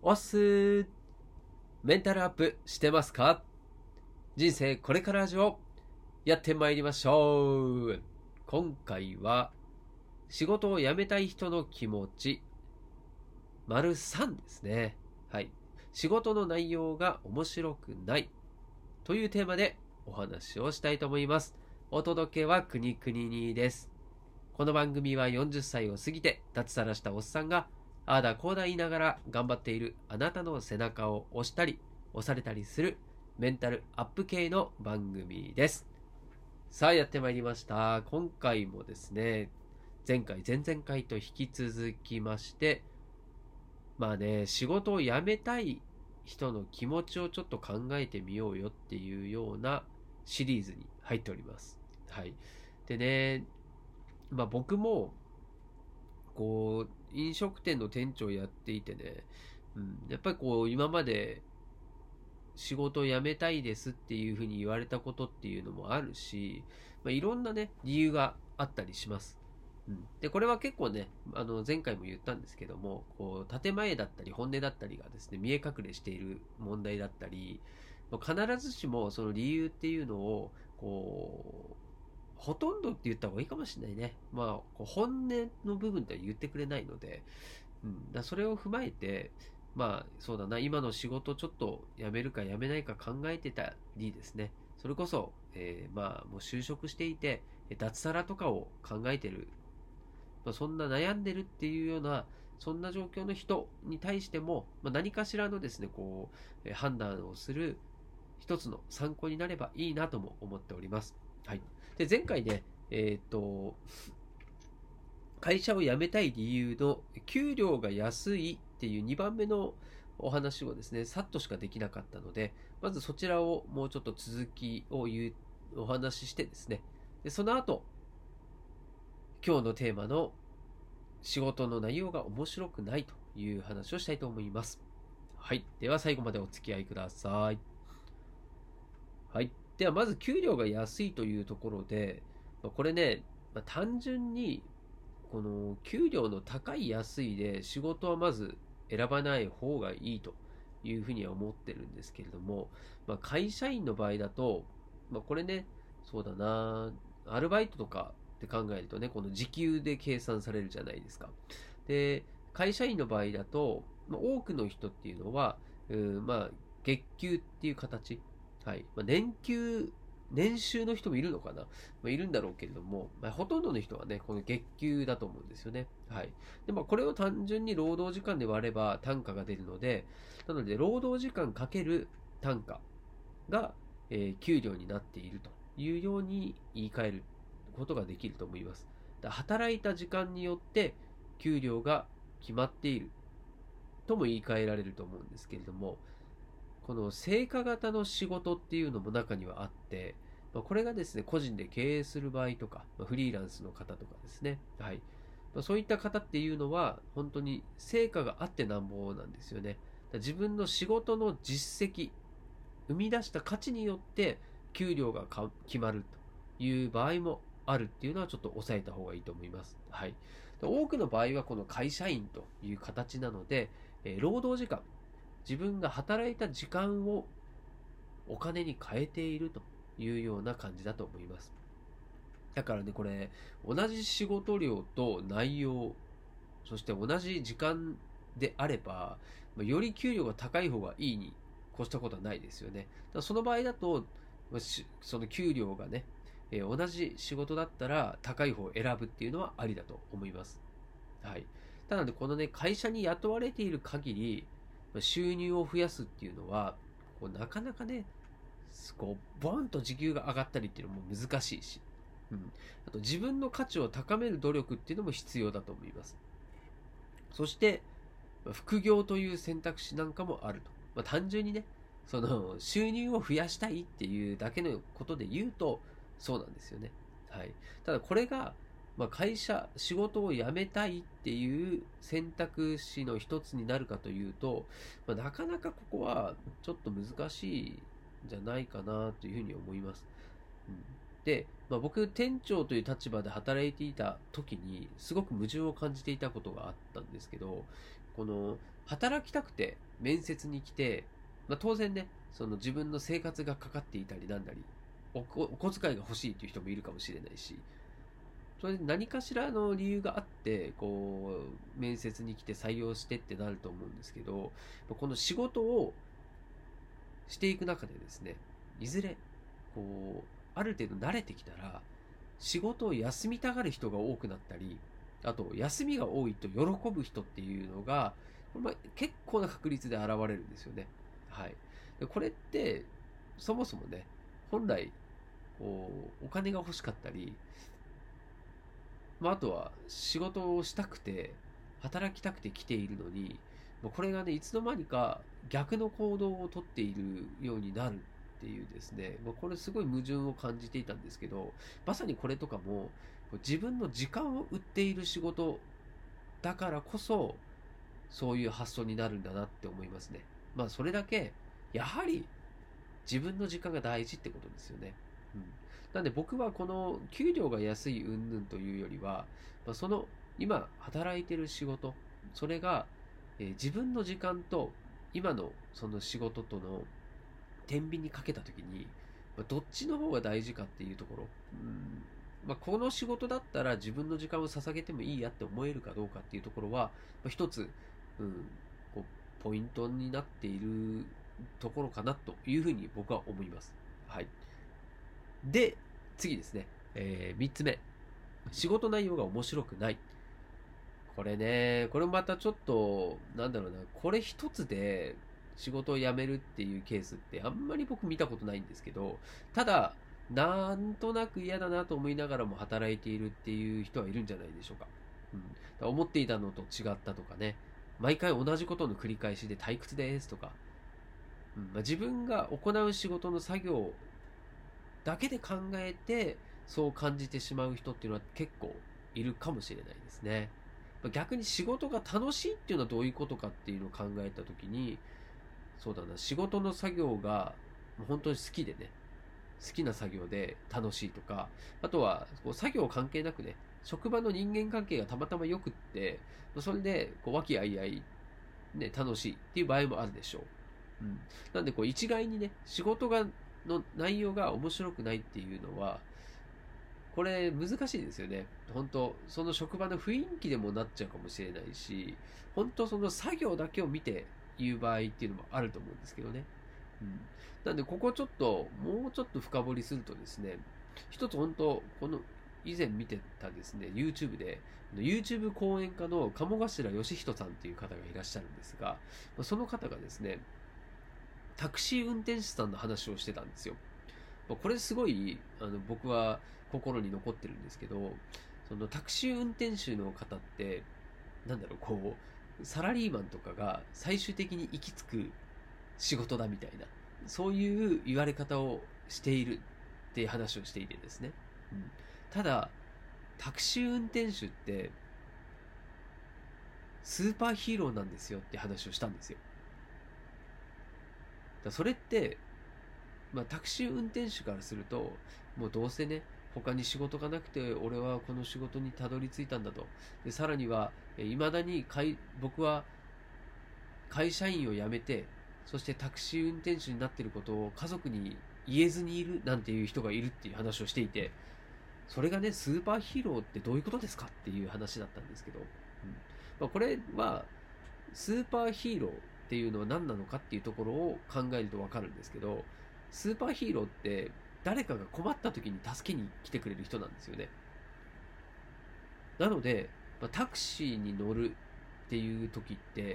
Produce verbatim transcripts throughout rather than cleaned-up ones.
おっすー。メンタルアップしてますか？人生これからラジオやってまいりましょう。今回は仕事を辞めたい人の気持ち丸さんですね。はい。仕事の内容が面白くないというテーマでお話をしたいと思います。お届けはくにくににです。この番組はよんじゅっさいを過ぎて脱サラしたおっさんがああだこうだ言いながら頑張っているあなたの背中を押したり押されたりするメンタルアップ系の番組です。さあやってまいりました。今回もですね、前回前々回と引き続きまして、まあね、仕事を辞めたい人の気持ちをちょっと考えてみようよっていうようなシリーズに入っております。はい。でね、まあ僕もこう飲食店の店長やっていてね、うん、やっぱりこう今まで仕事を辞めたいですっていうふうに言われたことっていうのもあるし、まあ、いろんなね理由があったりします。うん、でこれは結構ねあの前回も言ったんですけども、こう建前だったり本音だったりがですね見え隠れしている問題だったり、まあ必ずしもその理由っていうのをこうほとんどって言った方がいいかもしれないね。まあ、こう本音の部分では言ってくれないので、うん、だそれを踏まえて、まあ、そうだな、今の仕事ちょっと辞めるか辞めないか考えてたりですね、それこそ、えーまあ、もう就職していて、脱サラとかを考えてる、まあ、そんな悩んでるっていうような、そんな状況の人に対しても、まあ、何かしらのですね、こう、えー判断をする一つの参考になればいいなとも思っております。はい。で、前回ね、えっと、会社を辞めたい理由の給料が安いっていうにばんめのお話をですね、さっとしかできなかったので、まずそちらをもうちょっと続きを言う、お話ししてですね、でその後、今日のテーマの仕事の内容が面白くないという話をしたいと思います。はい。では最後までお付き合いください。はい。ではまず給料が安いというところで、これね、まあ、単純にこの給料の高い安いで仕事はまず選ばない方がいいというふうには思ってるんですけれども、まあ、会社員の場合だと、まあ、これね、そうだな、アルバイトとかって考えるとね、この時給で計算されるじゃないですか。で、会社員の場合だと、まあ、多くの人っていうのは、うん、まあ、月給っていう形、はい、まあ、年給年収の人もいるのかな、まあ、いるんだろうけれども、まあ、ほとんどの人はね、この月給だと思うんですよね。はい。で、まあ、これを単純に労働時間で割れば単価が出るので、なので、労働時間かける単価が、えー給料になっているというように言い換えることができると思います。だから働いた時間によって給料が決まっているとも言い換えられると思うんですけれども、この成果型の仕事っていうのも中にはあって、まあ、これがですね、個人で経営する場合とか、まあ、フリーランスの方とかですね、はい。まあ、そういった方っていうのは、本当に成果があってなんぼなんですよね。だから自分の仕事の実績、生み出した価値によって給料がか決まるという場合もあるっていうのはちょっと抑えた方がいいと思います。はい。多くの場合はこの会社員という形なので、えー労働時間、自分が働いた時間をお金に変えているというような感じだと思います。だからね、これ、同じ仕事量と内容、そして同じ時間であれば、より給料が高い方がいいに越したことはないですよね。だからその場合だと、その給料がね、えー同じ仕事だったら高い方を選ぶっていうのはありだと思います。はい。ただね、このね、会社に雇われている限り、収入を増やすっていうのは、こうなかなかね、こう、ボンと時給が上がったりっていうのも難しいし、うん。あと自分の価値を高める努力っていうのも必要だと思います。そして、副業という選択肢なんかもあると。まあ、単純にね、その収入を増やしたいっていうだけのことで言うと、そうなんですよね。はい。ただこれが、まあ、会社、仕事を辞めたいっていう選択肢の一つになるかというと、まあ、なかなかここはちょっと難しいんじゃないかなというふうに思います。うんで、まあ、僕、店長という立場で働いていた時に、すごく矛盾を感じていたことがあったんですけど、この、働きたくて面接に来て、まあ、当然ね、その自分の生活がかかっていたりなんだり、おこお小遣いが欲しいという人もいるかもしれないし、それで何かしらの理由があって、こう、面接に来て採用してってなると思うんですけど、この仕事をしていく中でですね、いずれ、こう、ある程度慣れてきたら、仕事を休みたがる人が多くなったり、あと、休みが多いと喜ぶ人っていうのが、これまあ結構な確率で現れるんですよね。はい。でこれって、そもそもね、本来、こう、お金が欲しかったり、まあ、あとは仕事をしたくて、働きたくて来ているのに、もうこれがね、いつの間にか逆の行動をとっているようになるっていうですね、まあ、これすごい矛盾を感じていたんですけど、まさにこれとかも、自分の時間を売っている仕事だからこそ、そういう発想になるんだなって思いますね。まあ、それだけ、やはり自分の時間が大事ってことですよね。うん。なんで僕はこの給料が安い云々というよりは、まあ、その今働いてる仕事、それが、えー自分の時間と今のその仕事との天秤にかけたときに、まあ、どっちの方が大事かっていうところ、うんまあ、この仕事だったら自分の時間を捧げてもいいやって思えるかどうかっていうところは、まあ、一つ、うん、こうポイントになっているところかなというふうに僕は思います。はい。で、次ですね。えー、みっつめ。仕事内容が面白くない。これね、これまたちょっと、なんだろうな、これ一つで仕事を辞めるっていうケースってあんまり僕見たことないんですけど、ただ、なんとなく嫌だなと思いながらも働いているっていう人はいるんじゃないでしょうか。うん、思っていたのと違ったとかね、毎回同じことの繰り返しで退屈ですとか、うんまあ、自分が行う仕事の作業だけで考えてそう感じてしまう人っていうのは結構いるかもしれないですね。逆に仕事が楽しいっていうのはどういうことかっていうのを考えたときに、そうだな、仕事の作業がもう本当に好きでね、好きな作業で楽しいとか、あとはこう作業関係なくね、職場の人間関係がたまたま良くって、それでこう和気あいあい、ね、楽しいっていう場合もあるでしょう。うん、なんでこう一概にね、仕事がの内容が面白くないっていうのは、これ難しいですよね。本当その職場の雰囲気でもなっちゃうかもしれないし、本当その作業だけを見て言う場合っていうのもあると思うんですけどね。うん。なんでここちょっと、もうちょっと深掘りするとですね、一つ本当この以前見てたですね、YouTube で、YouTube 講演家の鴨頭義人さんっていう方がいらっしゃるんですが、その方がですね、タクシー運転手さんの話をしてたんですよ。これすごいあの僕は心に残ってるんですけど、そのタクシー運転手の方って、なんだろう、こう、サラリーマンとかが最終的に行き着く仕事だみたいな、そういう言われ方をしているっていう話をしていてですね。うん、ただ、タクシー運転手ってスーパーヒーローなんですよって話をしたんですよ。だそれって、まあ、タクシー運転手からすると、もうどうせね、他に仕事がなくて、俺はこの仕事にたどり着いたんだと。で、さらには、いまだに会僕は会社員を辞めて、そしてタクシー運転手になっていることを家族に言えずにいるなんていう人がいるっていう話をしていて、それがね、スーパーヒーローってどういうことですかっていう話だったんですけど、うんまあ、これは、スーパーヒーローっていうのは何なのかっていうところを考えるとわかるんですけど、スーパーヒーローって誰かが困った時に助けに来てくれる人なんですよね。なので、まあ、タクシーに乗るっていう時って、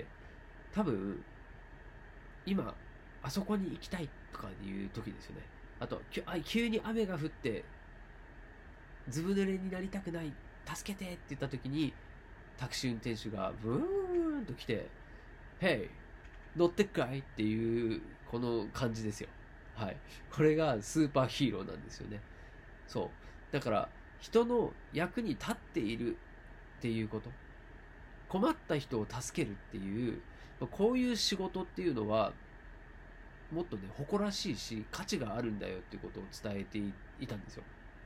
多分、今、あそこに行きたいとかいう時ですよね。あと、急に雨が降って、ずぶ濡れになりたくない、助けてって言った時に、タクシー運転手がブーンと来て、Hey! 乗ってっかいっていう、この感じですよ。はい。これがスーパーヒーローなんですよね。そう。だから、人の役に立っているっていうこと。困った人を助けるっていう、こういう仕事っていうのは、もっとね、誇らしいし、価値があるんだよっていうことを伝えていたんですよ。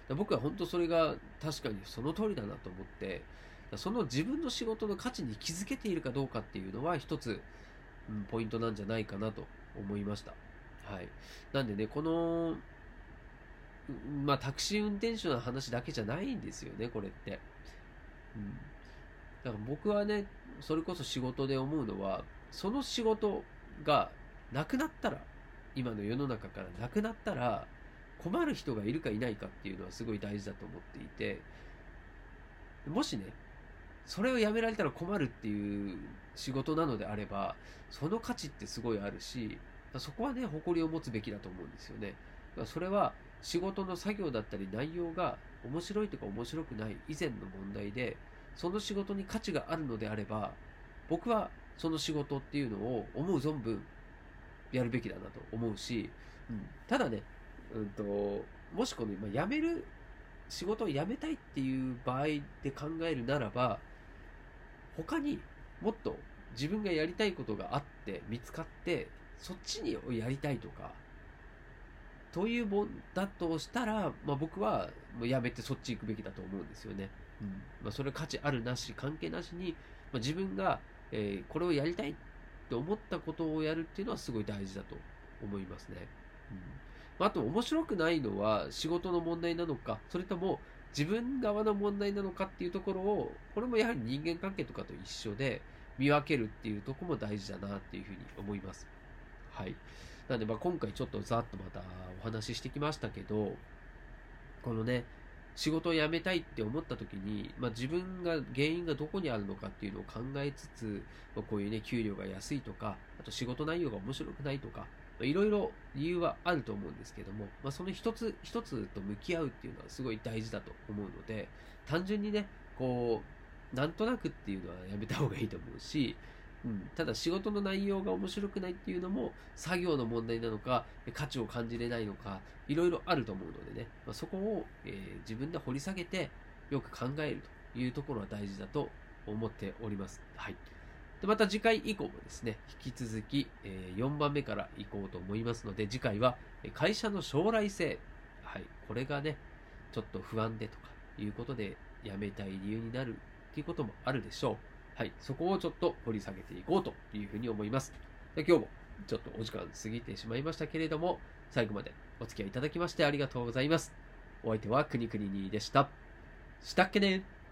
ら僕は本当それが確かにその通りだなと思って、その自分の仕事の価値に気づけているかどうかっていうのは一つ、うん、ポイントなんじゃないかなと思いました。はい。なんでね、この、まあタクシー運転手の話だけじゃないんですよね、これって。うん。だから僕はね、それこそ仕事で思うのは、その仕事がなくなったら、今の世の中からなくなったら、困る人がいるかいないかっていうのはすごい大事だと思っていて、もしね、それをやめられたら困るっていう仕事なのであれば、その価値ってすごいあるし、そこはね、誇りを持つべきだと思うんですよね。だからそれは仕事の作業だったり内容が面白いとか面白くない以前の問題で、その仕事に価値があるのであれば、僕はその仕事っていうのを思う存分やるべきだなと思うし、うん、ただね、うんと、もしこの、まあ、辞める、仕事を辞めたいっていう場合で考えるならば、他にもっと自分がやりたいことがあって見つかって、そっちにやりたいとか、というもんだとしたら、まあ、僕はもうやめてそっち行くべきだと思うんですよね。うんまあ、それ価値あるなし、関係なしに、まあ、自分が、えーこれをやりたいと思ったことをやるっていうのはすごい大事だと思いますね。うんまあ、あと面白くないのは仕事の問題なのか、それとも自分側の問題なのかっていうところを、これもやはり人間関係とかと一緒で見分けるっていうところも大事だなっていうふうに思います。はい。なのでまあ今回ちょっとざっとまたお話ししてきましたけど、このね、仕事を辞めたいって思った時に、まあ、自分が原因がどこにあるのかっていうのを考えつつ、まあ、こういうね、給料が安いとか、あと仕事内容が面白くないとか、いろいろ理由はあると思うんですけども、まあ、その一つ一つと向き合うっていうのはすごい大事だと思うので、単純にね、こう、なんとなくっていうのはやめた方がいいと思うし、うん、ただ仕事の内容が面白くないっていうのも作業の問題なのか価値を感じれないのかいろいろあると思うのでね、まあ、そこを、えー自分で掘り下げてよく考えるというところは大事だと思っております。はい。でまた次回以降もですね、引き続き、えーよんばんめからいこうと思いますので、次回はえー会社の将来性、はい、これがね、ちょっと不安でとかいうことで辞めたい理由になるっていうこともあるでしょう。はい、そこをちょっと掘り下げていこうというふうに思います。で今日もちょっとお時間過ぎてしまいましたけれども、最後までお付き合いいただきましてありがとうございます。お相手はくにくににでした。したっけね